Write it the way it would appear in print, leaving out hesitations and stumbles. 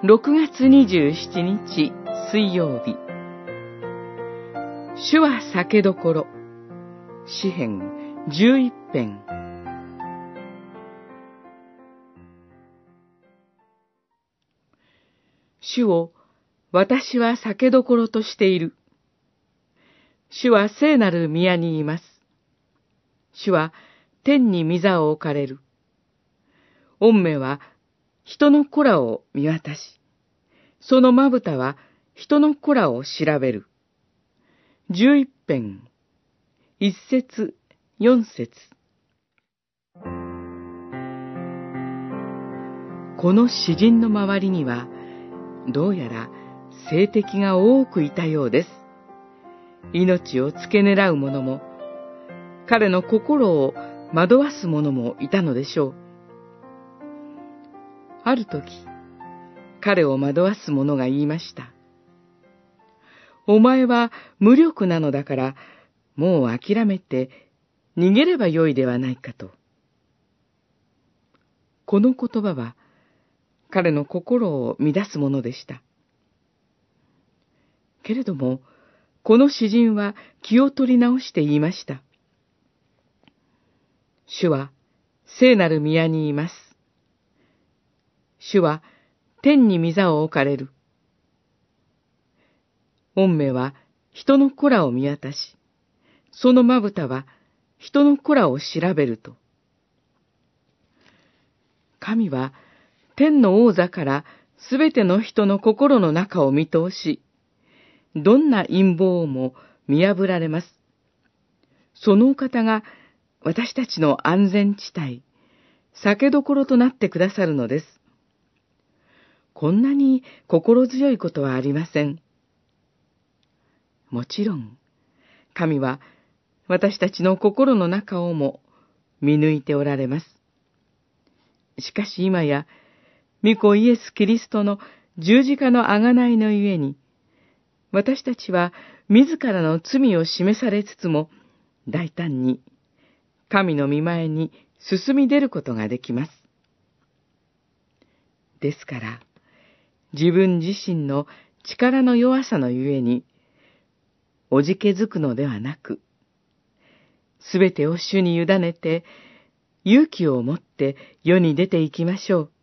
6月27日水曜日。主は酒どころ。詩編11編。主を私は酒どころとしている。主は聖なる宮にいます。主は天に御座を置かれる。御目は人の子らを見渡し、そのまぶたは人の子らを調べる。11編、1節、4節。この詩人の周りには、どうやら聖敵が多くいたようです。命を付け狙う者も、彼の心を惑わす者もいたのでしょう。ある時、彼を惑わす者が言いました。お前は無力なのだから、もう諦めて逃げればよいではないかと。この言葉は、彼の心を乱すものでした。けれども、この詩人は気を取り直して言いました。主は聖なる宮にいます。主は天に御座を置かれる。御目は人の子らを見渡し、そのまぶたは人の子らを調べると。神は天の王座からすべての人の心の中を見通し、どんな陰謀をも見破られます。そのお方が私たちの安全地帯、酒どころとなってくださるのです。こんなに心強いことはありません。もちろん、神は私たちの心の中をも見抜いておられます。しかし今や、御子イエス・キリストの十字架の贖いのゆえに、私たちは自らの罪を示されつつも、大胆に神の御前に進み出ることができます。ですから、自分自身の力の弱さのゆえに、おじけづくのではなく、すべてを主に委ねて、勇気を持って世に出て行きましょう。